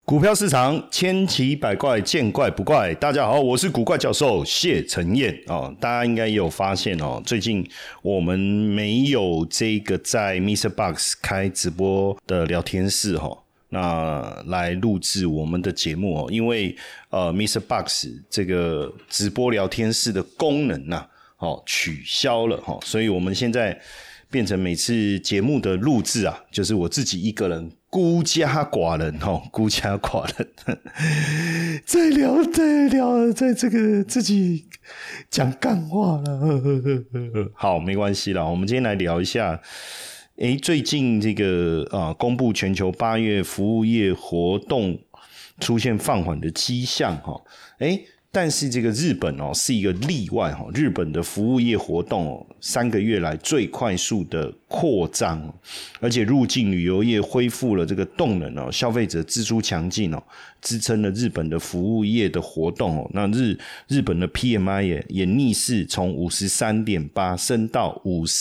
股票市场千奇百怪，见怪不怪。大家好，我是股怪教授谢承彦大家应该也有发现最近我们没有这个在 MixerBox 开直播的聊天室那来录制我们的节目因为MixerBox 这个直播聊天室的功能取消了所以我们现在变成每次节目的录制就是我自己一个人孤家寡人孤家寡人在聊在这个自己讲干话了好没关系啦，我们今天来聊一下最近这个公布全球8月服务业活动出现放缓的迹象但是这个日本是一个例外日本的服务业活动3个月来最快速的扩张而且入境旅游业恢复了这个动能消费者支出强劲支撑了日本的服务业的活动那日本的 PMI 也逆势从 53.8 升到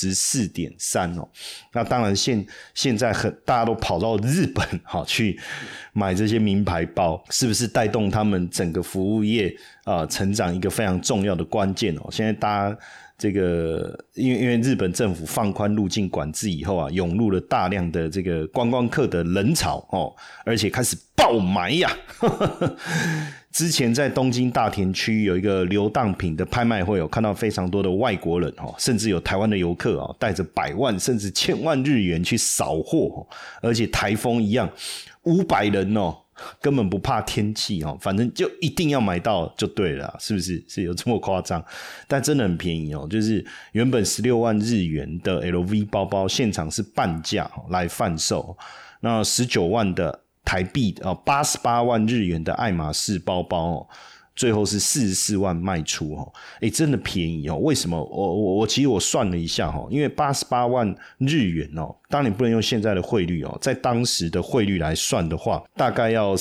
54.3 那当然现在大家都跑到日本去买这些名牌包，是不是带动他们整个服务业成长一个非常重要的关键现在大家这个因为日本政府放宽入境管制以后涌入了大量的这个观光客的人潮而且开始爆买之前在东京大田区有一个流当品的拍卖会看到非常多的外国人甚至有台湾的游客带着100万甚至1000万日元去扫货而且台风一样500人根本不怕天气反正就一定要买到就对了是不是？是有这么夸张？但真的很便宜就是原本16万日元的 LV 包包现场是半价来贩售，那19万的台币88万日元的爱马仕包包最后是44万卖出真的便宜为什么？其实我算了一下因为88万日元当然不能用现在的汇率在当时的汇率来算的话大概要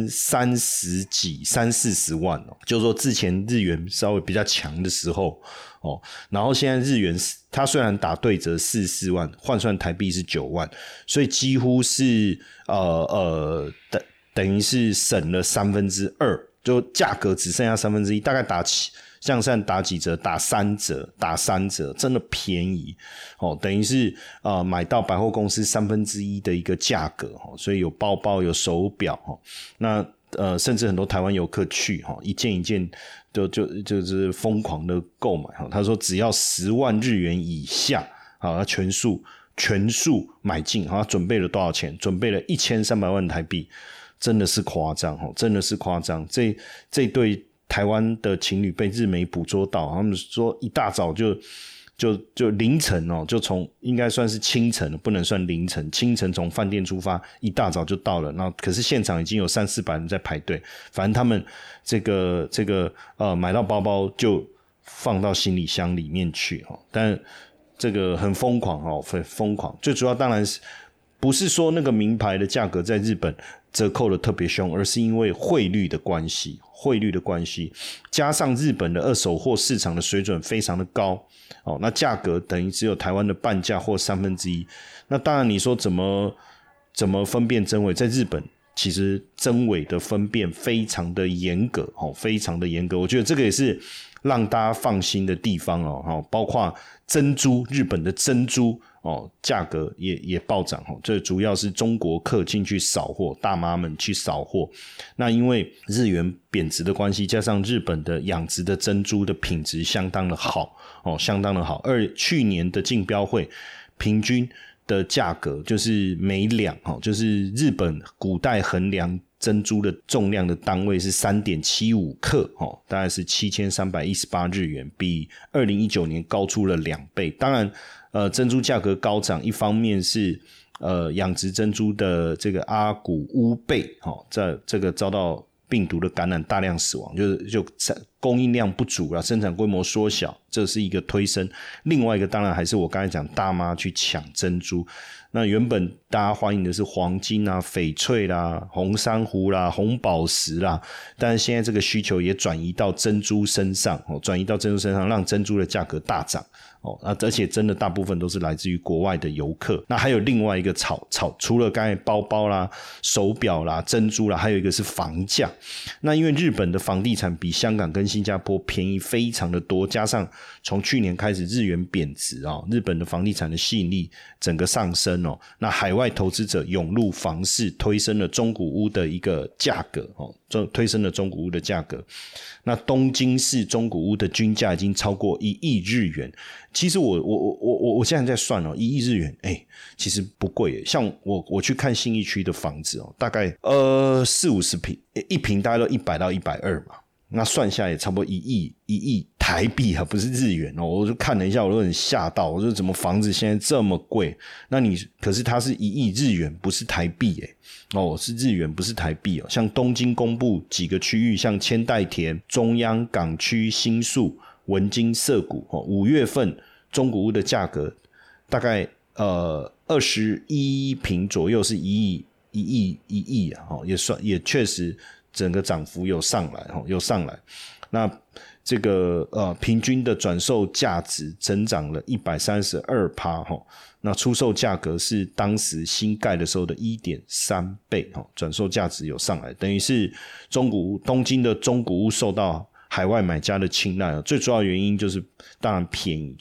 30几30-40万就是说之前日元稍微比较强的时候然后现在日元它虽然打对折44万换算台币是9万所以几乎是等于是省了2/3就价格只剩下1/3，大概像现在打几折？打3折，真的便宜等于是买到百货公司1/3的一个价格所以有包包有手表那甚至很多台湾游客去一件一件就是疯狂的购买他说只要10万日元以下他全数买进他准备了多少钱？准备了1300万台币。真的是夸张真的是夸张这对台湾的情侣被日媒捕捉到他们说一大早就凌晨就从应该算是清晨不能算凌晨清晨从饭店出发一大早就到了然后可是现场已经有300-400人在排队反正他们这个买到包包就放到行李箱里面去但这个很疯狂很疯狂最主要当然是不是说那个名牌的价格在日本折扣的特别凶而是因为汇率的关系加上日本的二手货市场的水准非常的高那价格等于只有台湾的半价或1/3那当然你说怎么分辨真伪在日本其实真伪的分辨非常的严格非常的严格我觉得这个也是让大家放心的地方包括珍珠日本的珍珠价格也暴涨这主要是中国客进去扫货大妈们去扫货那因为日元贬值的关系加上日本的养殖的珍珠的品质相当的好相当的好而去年的竞标会平均的价格就是每两就是日本古代衡量珍珠的重量的单位是 3.75 克大概是7318日元比2019年高出了2倍当然珍珠价格高涨一方面是养殖珍珠的这个阿古乌贝在这个遭到病毒的感染大量死亡就供应量不足啦，生产规模缩小，这是一个推升。另外一个当然还是我刚才讲大妈去抢珍珠。那原本大家欢迎的是黄金啊、翡翠啦、红珊瑚啦、红宝石啦，但是现在这个需求也转移到珍珠身上，让珍珠的价格大涨。而且真的大部分都是来自于国外的游客。那还有另外一个除了刚才包包啦、手表啦、珍珠啦，还有一个是房价。那因为日本的房地产比香港跟新加坡便宜非常的多，加上从去年开始日元贬值日本的房地产的吸引力整个上升那海外投资者涌入房市，推升了中古屋的一个价格那东京市中古屋的均价已经超过1亿日元。其实我现在在算1亿日元，其实不贵耶。像我去看信义区的房子大概40-50平，一平大概都100到120嘛。那算下来也差不多1亿台币不是日元我就看了一下，我都很吓到，我说怎么房子现在这么贵？可是它是1亿日元，不是台币是日元不是台币像东京公布几个区域，像千代田、中央港区、新宿、文京、涩谷5月份中古屋的价格大概21平左右是1亿也确实整个涨幅有上来。那这个平均的转售价值增长了 132%那出售价格是当时新盖的时候的 1.3 倍转售价值有上来，等于是东京的中古屋受到海外买家的青睐最主要的原因就是当然便宜，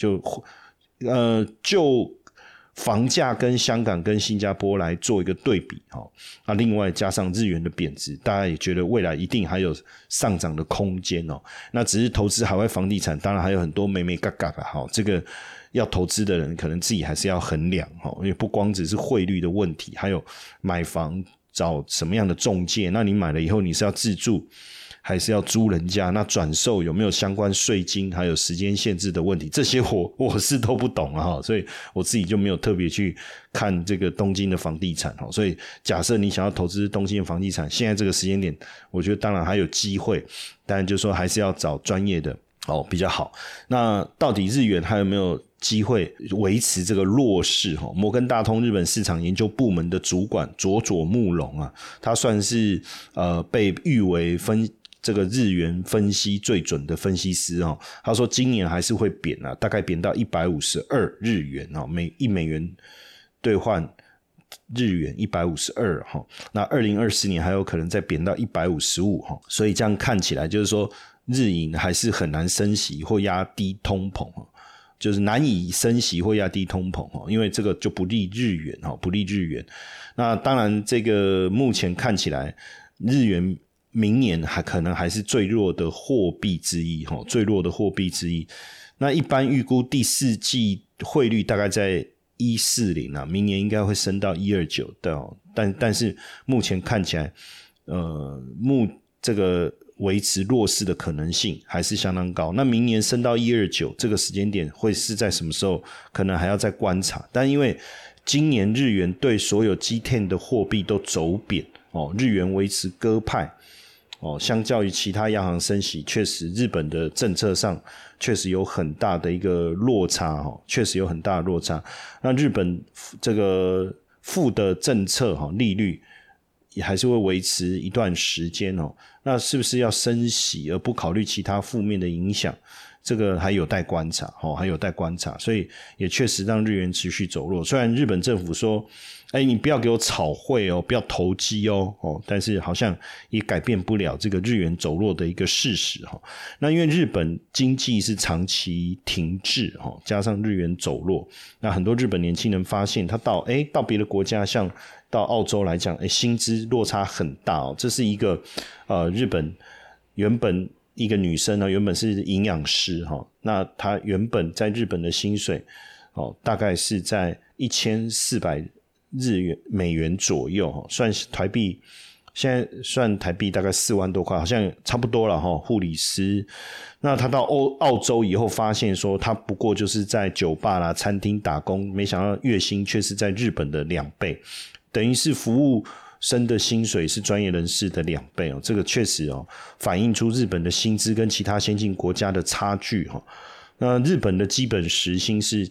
就房价跟香港跟新加坡来做一个对比另外加上日元的贬值，大家也觉得未来一定还有上涨的空间那只是投资海外房地产，当然还有很多眉眉角角这个要投资的人可能自己还是要衡量因为不光只是汇率的问题，还有买房找什么样的中介，那你买了以后你是要自住还是要租人家，那转售有没有相关税金还有时间限制的问题，这些我是都不懂所以我自己就没有特别去看这个东京的房地产所以假设你想要投资东京的房地产，现在这个时间点我觉得当然还有机会，但就是说还是要找专业的比较好。那到底日元还有没有机会维持这个弱势摩根大通日本市场研究部门的主管佐佐木隆他算是被誉为这个日元分析最准的分析师他说今年还是会贬大概贬到152日元1美元兑换日元152那2024年还有可能再贬到155所以这样看起来就是说日银还是很难升息或压低通膨就是难以升息或压低通膨因为这个就不利日元那当然这个目前看起来日元明年可能还是最弱的货币之一那一般预估第四季汇率大概在140明年应该会升到129但是目前看起来这个维持弱势的可能性还是相当高，那明年升到129这个时间点会是在什么时候，可能还要再观察，但因为今年日元对所有 G10 的货币都走贬日元维持鸽派相较于其他央行升息，确实日本的政策上确实有很大的一个落差那日本这个负的政策利率也还是会维持一段时间那是不是要升息而不考虑其他负面的影响，这个还有待观察所以也确实让日元持续走弱。虽然日本政府说你不要给我炒汇不要投机但是好像也改变不了这个日元走弱的一个事实那因为日本经济是长期停滞加上日元走弱，那很多日本年轻人发现他到别的国家，像到澳洲来讲薪资落差很大这是一个日本原本一个女生原本是营养师那她原本在日本的薪水大概是在1400美元左右算台币，现在算台币大概4万多块，好像差不多了护理师。那他到澳洲以后发现说他不过就是在酒吧啦餐厅打工，没想到月薪却是在日本的2倍，等于是服务升的薪水是专业人士的2倍哦，这个确实哦反映出日本的薪资跟其他先进国家的差距哦。那日本的基本时薪是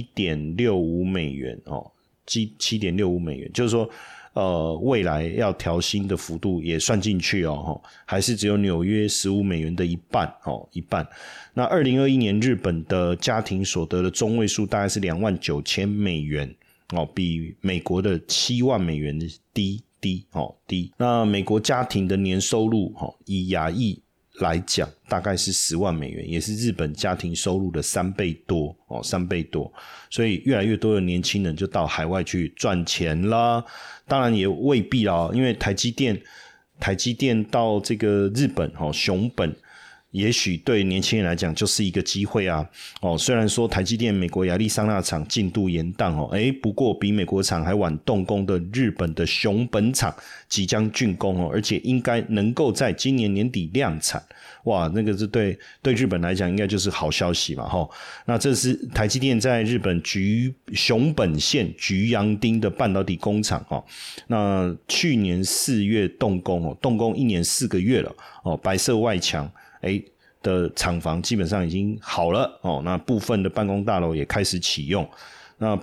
7.65 美元哦，7.65 美元，就是说未来要调薪的幅度也算进去哦，还是只有纽约15美元的一半哦，一半。那2021年日本的家庭所得的中位数大概是29,000美元哦，比美国的7万美元低。那美国家庭的年收入以亚裔来讲大概是10万美元，也是日本家庭收入的3倍多，3倍多。所以越来越多的年轻人就到海外去赚钱啦。当然也未必啦，因为台积电到这个日本熊本，也许对年轻人来讲就是一个机会啊。虽然说台积电美国亚利桑那厂进度延宕不过比美国厂还晚动工的日本的熊本厂即将竣工而且应该能够在今年年底量产。哇，那个是对日本来讲应该就是好消息嘛那这是台积电在日本熊本县菊阳町的半导体工厂那去年4月动工1年4个月了白色外墙的厂房基本上已经好了那部分的办公大楼也开始启用。那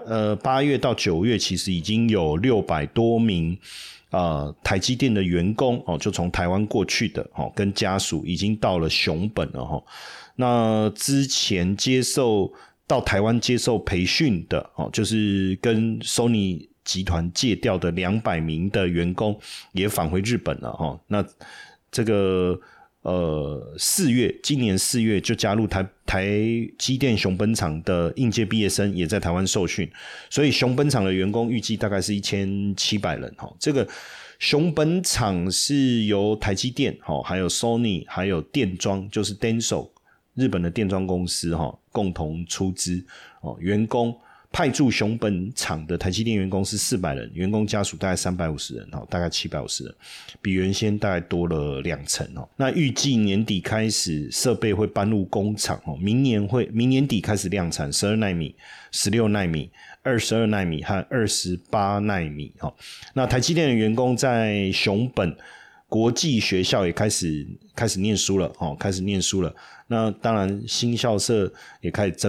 8月到9月其实已经有600多名台积电的员工就从台湾过去的跟家属已经到了熊本了那之前到台湾接受培训的就是跟 Sony 集团借调的200名的员工也返回日本了那这个今年4月就加入台积电熊本厂的应届毕业生也在台湾受训，所以熊本厂的员工预计大概是1700人这个熊本厂是由台积电还有 Sony 还有电装就是 Denso 日本的电装公司共同出资员工派驻熊本厂的台积电员工是400人，员工家属大概350人大概750人，比原先大概多了20%那预计年底开始设备会搬入工厂明年底开始量产12奈米、16奈米、22奈米和28奈米那台积电的员工在熊本国际学校也开始念书了那当然新校舍也开始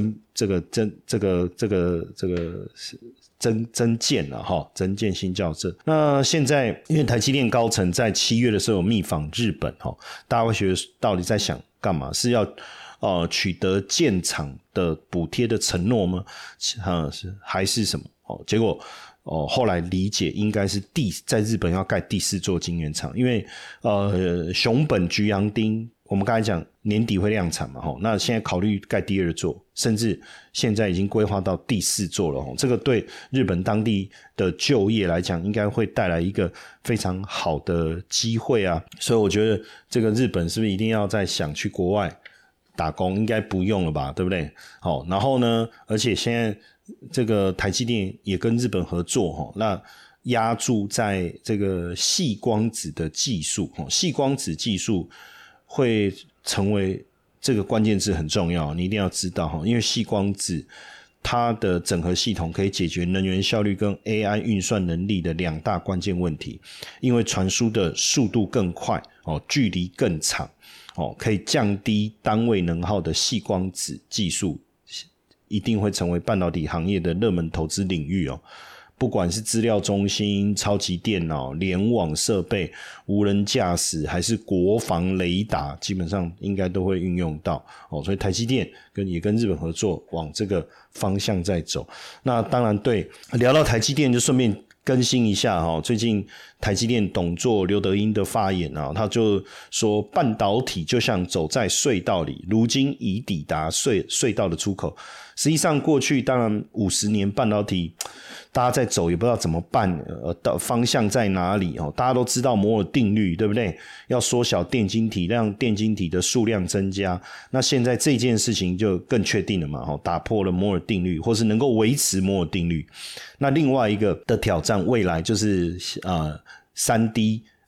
增建了增建新校舍。那现在因为台积电高层在7月的时候有密访日本大家会觉得到底在想干嘛，是要取得建厂的补贴的承诺吗还是什么结果后来理解应该是在日本要盖第4座晶圆厂，因为熊本菊阳町我们刚才讲年底会量产嘛那现在考虑盖第2座，甚至现在已经规划到第4座了这个对日本当地的就业来讲应该会带来一个非常好的机会啊。所以我觉得这个日本是不是一定要再想去国外打工，应该不用了吧，对不对然后呢而且现在这个台积电也跟日本合作那压注在这个矽光子的技术矽光子技术会成为这个关键字很重要，你一定要知道因为矽光子它的整合系统可以解决能源效率跟 AI 运算能力的2大关键问题，因为传输的速度更快距离更长可以降低单位能耗的矽光子技术一定会成为半导体行业的热门投资领域不管是资料中心、超级电脑、联网设备、无人驾驶还是国防雷达，基本上应该都会运用到所以台积电也跟日本合作往这个方向在走。那当然对，聊到台积电就顺便更新一下最近台积电董座刘德音的发言他就说半导体就像走在隧道里，如今已抵达隧道的出口。实际上过去当然50年半导体大家在走也不知道怎么办方向在哪里大家都知道摩尔定律对不对，要缩小电晶体让电晶体的数量增加，那现在这件事情就更确定了嘛打破了摩尔定律或是能够维持摩尔定律。那另外一个的挑战未来就是3D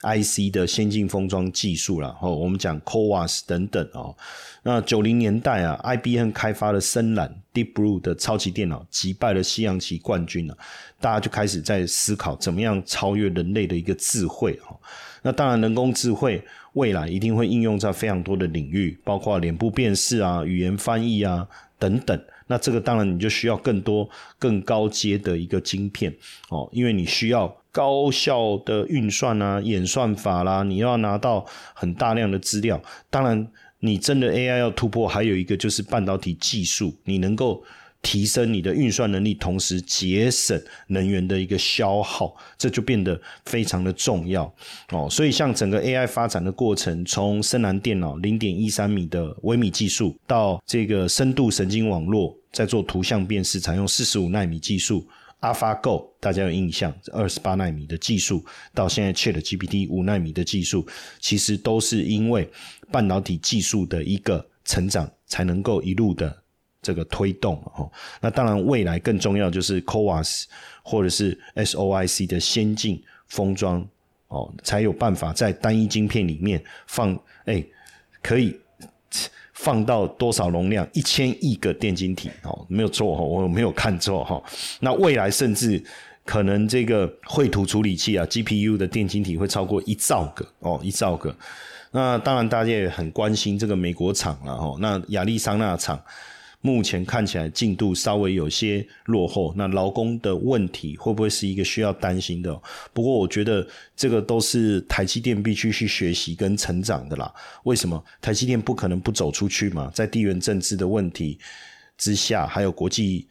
IC 的先进封装技术啦，我们讲 CoWoS 等等那90年代啊 IBM 开发了深蓝 Deep Blue 的超级电脑，击败了西洋棋冠军大家就开始在思考怎么样超越人类的一个智慧那当然人工智慧未来一定会应用在非常多的领域，包括脸部辨识啊、语言翻译啊等等，那这个当然你就需要更多更高阶的一个晶片因为你需要高效的运算啊、演算法啦，你要拿到很大量的资料，当然你真的 AI 要突破，还有一个就是半导体技术，你能够提升你的运算能力，同时节省能源的一个消耗，这就变得非常的重要所以像整个 AI 发展的过程，从深蓝电脑 0.13 米的微米技术，到这个深度神经网络在做图像辨识采用45奈米技术， AlphaGo 大家有印象28奈米的技术，到现在 ChatGPT 5奈米的技术，其实都是因为半导体技术的一个成长才能够一路的这个推动那当然未来更重要就是 CoWoS 或者是 SOIC 的先进封装才有办法在单一晶片里面可以放到多少容量？1000亿个电晶体没有错我没有看错那未来甚至可能这个绘图处理器啊 GPU 的电晶体会超过1兆个1兆个。那当然大家也很关心这个美国厂啦那亚利桑那厂目前看起来进度稍微有些落后，那劳工的问题会不会是一个需要担心的不过我觉得这个都是台积电必须去学习跟成长的啦。为什么？台积电不可能不走出去嘛，在地缘政治的问题之下，还有国际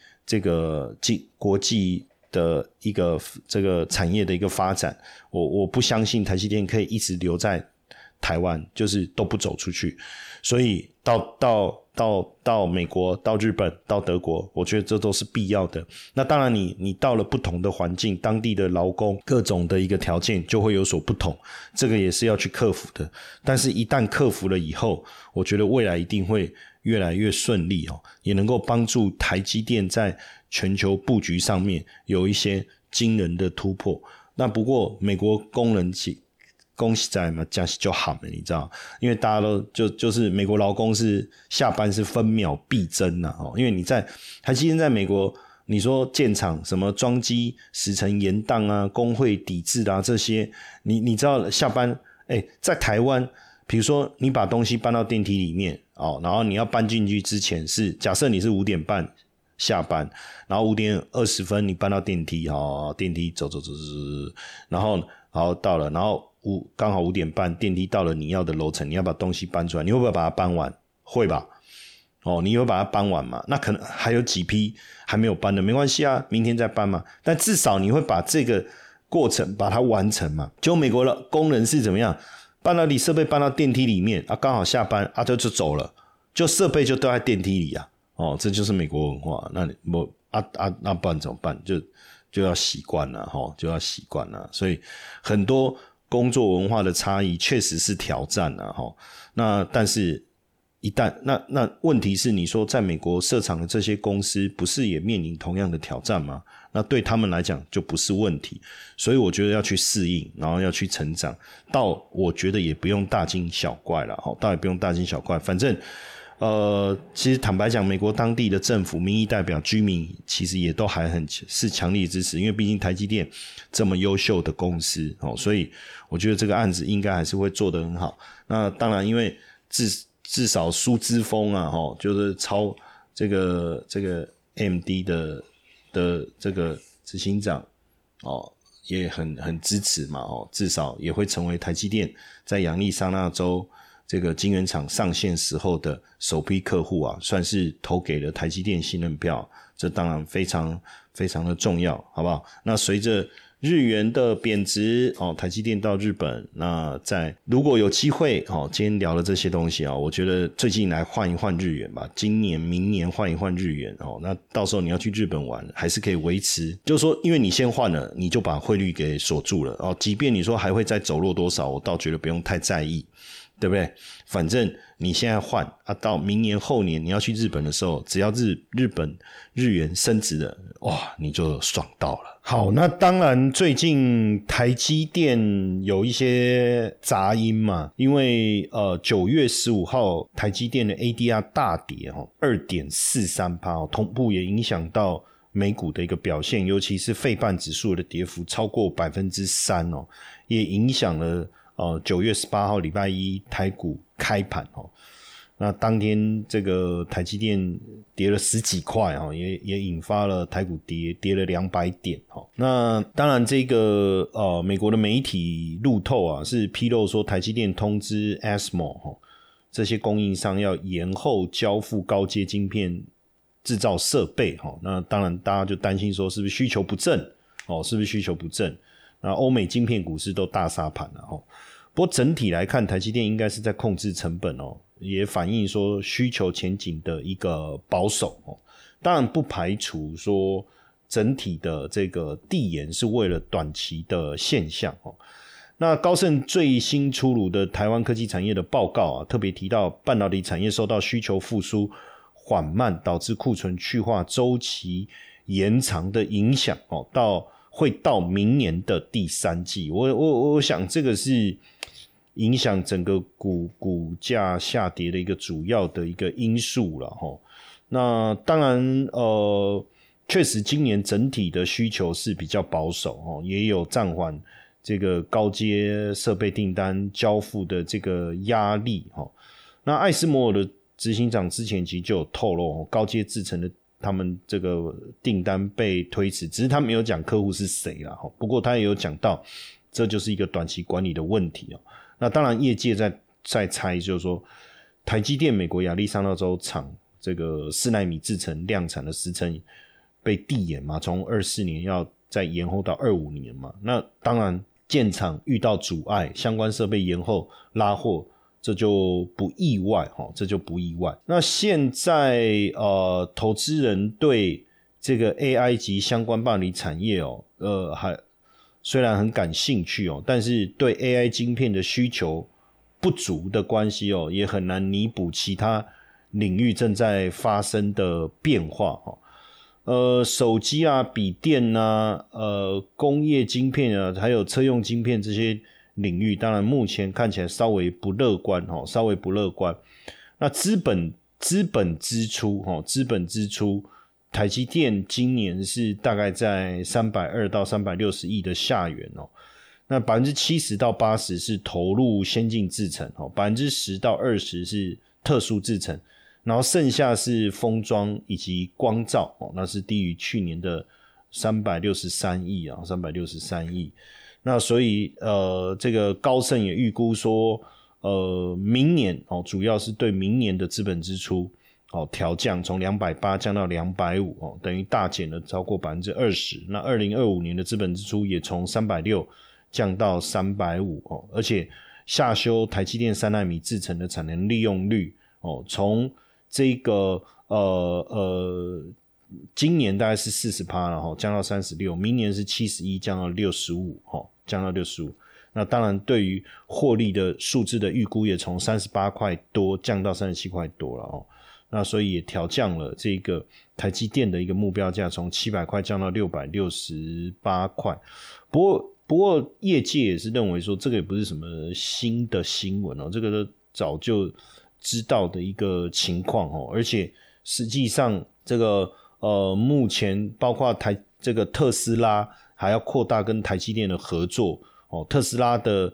的一个这个产业的一个发展，我不相信台积电可以一直留在台湾，就是都不走出去。所以到美国、到日本、到德国，我觉得这都是必要的。那当然你到了不同的环境，当地的劳工各种的一个条件就会有所不同，这个也是要去克服的。但是一旦克服了以后，我觉得未来一定会越来越顺利也能够帮助台积电在全球布局上面有一些惊人的突破。那不过美国工人恭喜在嘛，讲就好了，你知道，因为大家都就是美国劳工是下班是分秒必争因为你在台积电在美国，你说建厂什么装机时程延宕啊、工会抵制啊这些，你知道下班在台湾，比如说你把东西搬到电梯里面然后你要搬进去之前是假设你是5点半下班，然后5点20分你搬到电梯电梯走，然后到了，然后刚好5点半电梯到了你要的楼层，你要把东西搬出来，你会不会把它搬完？会吧你会把它搬完嘛？那可能还有几批还没有搬的，没关系啊，明天再搬嘛。但至少你会把这个过程把它完成嘛。就美国的工人是怎么样？半导体设备搬到电梯里面刚好下班就走了，就设备就都在电梯里这就是美国文化。那那不然怎么办？就要习惯了就要习惯了。所以很多工作文化的差异确实是挑战那但是一旦那问题是，你说在美国设厂的这些公司不是也面临同样的挑战吗？那对他们来讲就不是问题。所以我觉得要去适应，然后要去成长，我觉得也不用大惊小怪啦倒也不用大惊小怪。反正其实坦白讲，美国当地的政府、民意代表、居民其实也都还是强力支持，因为毕竟台积电这么优秀的公司所以我觉得这个案子应该还是会做得很好。那当然，因为至少苏之峰就是超这个 AMD 的这个执行长也很支持嘛至少也会成为台积电在亚利桑那州这个晶圆厂上线时候的首批客户算是投给了台积电信任票，这当然非常非常的重要，好不好？那随着日元的贬值台积电到日本，那如果有机会今天聊的这些东西我觉得最近来换一换日元吧，今年明年换一换日元那到时候你要去日本玩还是可以维持，就是说因为你先换了，你就把汇率给锁住了即便你说还会再走弱多少，我倒觉得不用太在意。 对不对？反正你现在换啊，到明年后年你要去日本的时候，只要日本日元升值了，哇，你就爽到了。好，那当然最近台积电有一些杂音嘛，因为9月15号台积电的 ADR 大跌2.43%，同步也影响到美股的一个表现，尤其是费半指数的跌幅超过 3%， 也影响了9月18号礼拜一台股开盘那当天这个台积电跌了10几块也引发了台股跌了200点那当然这个美国的媒体路透啊是披露说台积电通知 ASML 这些供应商要延后交付高阶晶片制造设备那当然大家就担心说是不是需求不振是不是需求不振，那欧美晶片股市都大杀盘了不过整体来看台积电应该是在控制成本也反映说需求前景的一个保守当然不排除说整体的这个递延是为了短期的现象那高盛最新出炉的台湾科技产业的报告特别提到半导体产业受到需求复苏缓慢导致库存去化周期延长的影响会到明年的第3季我想这个是影响整个股价下跌的一个主要的一个因素啦那当然确实今年整体的需求是比较保守也有暂缓这个高阶设备订单交付的这个压力那艾斯摩尔的执行长之前其实就有透露高阶制程的他们这个订单被推迟，只是他没有讲客户是谁啦不过他也有讲到这就是一个短期管理的问题那当然业界在猜就是说台积电美国亚利桑那州厂这个4奈米制程量产的时程被递延嘛，从24年要再延后到25年嘛，那当然建厂遇到阻碍，相关设备延后拉货，这就不意外这就不意外。那现在投资人对这个 AI 及相关半导体产业还虽然很感兴趣但是对 AI 晶片的需求不足的关系也很难弥补其他领域正在发生的变化手机啊、笔电啊、工业晶片啊，还有车用晶片这些领域，当然目前看起来稍微不乐观那资本支出台积电今年是大概在320到360亿的下缘那 70% 到 80% 是投入先进制程10%到20% 是特殊制程，然后剩下是封装以及光罩那是低于去年的363亿363亿。那所以这个高盛也预估说明年主要是对明年的资本支出调降，从280降到250等于大减了超过 20%。 那2025年的资本支出也从360降到350而且下修台积电3奈米制程的产能利用率从这个今年大概是 40% 了降到36%，明年是71降到65那当然对于获利的数字的预估也从38块多降到37块多了那所以也调降了这个台积电的一个目标价，从700块降到668块。不过业界也是认为说这个也不是什么新的新闻这个都早就知道的一个情况而且实际上这个目前包括这个特斯拉还要扩大跟台积电的合作特斯拉的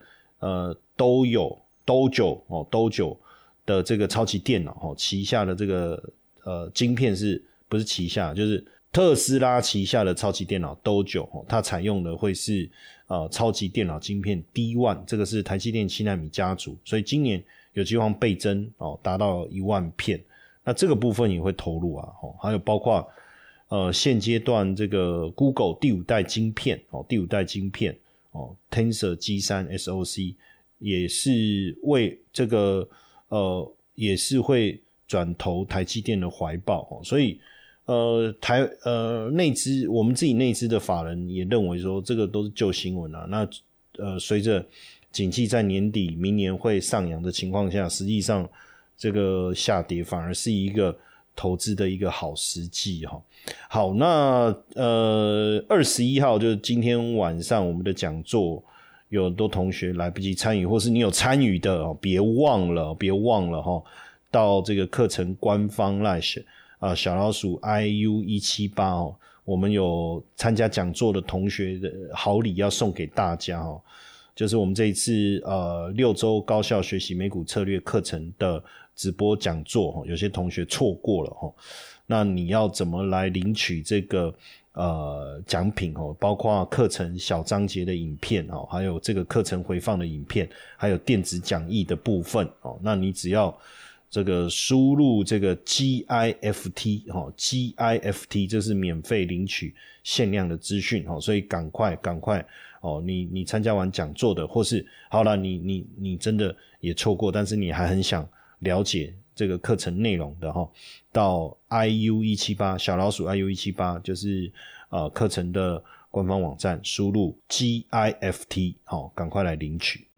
Dojo的这个超级电脑旗下的这个晶片是不是旗下就是特斯拉旗下的超级电脑 Dojo 它采用的会是超级电脑晶片 D1， 这个是台积电7奈米家族，所以今年有机会倍增达到1万片，那这个部分也会投入还有包括现阶段这个 Google 第5代晶片Tensor G3 SoC 也是为这个也是会转投台积电的怀抱所以内资我们自己内资的法人也认为说这个都是旧新闻那随着景气在年底明年会上扬的情况下，实际上这个下跌反而是一个投资的一个好时机哈。好，那21号就是今天晚上我们的讲座，有很多同学来不及参与，或是你有参与的别忘了哈，到这个课程官方 LINE 小老鼠 IU178哦，我们有参加讲座的同学的好礼要送给大家哦。就是我们这一次6周高效学习美股策略课程的直播讲座，有些同学错过了，那你要怎么来领取这个奖品，包括课程小章节的影片，还有这个课程回放的影片，还有电子讲义的部分，那你只要这个输入这个 GIFT 这是免费领取限量的资讯，所以赶快你参加完讲座的，或是好了你真的也错过，但是你还很想了解这个课程内容的，到 IU178 小老鼠 IU178 就是课程的官方网站输入 GIFT 赶快来领取。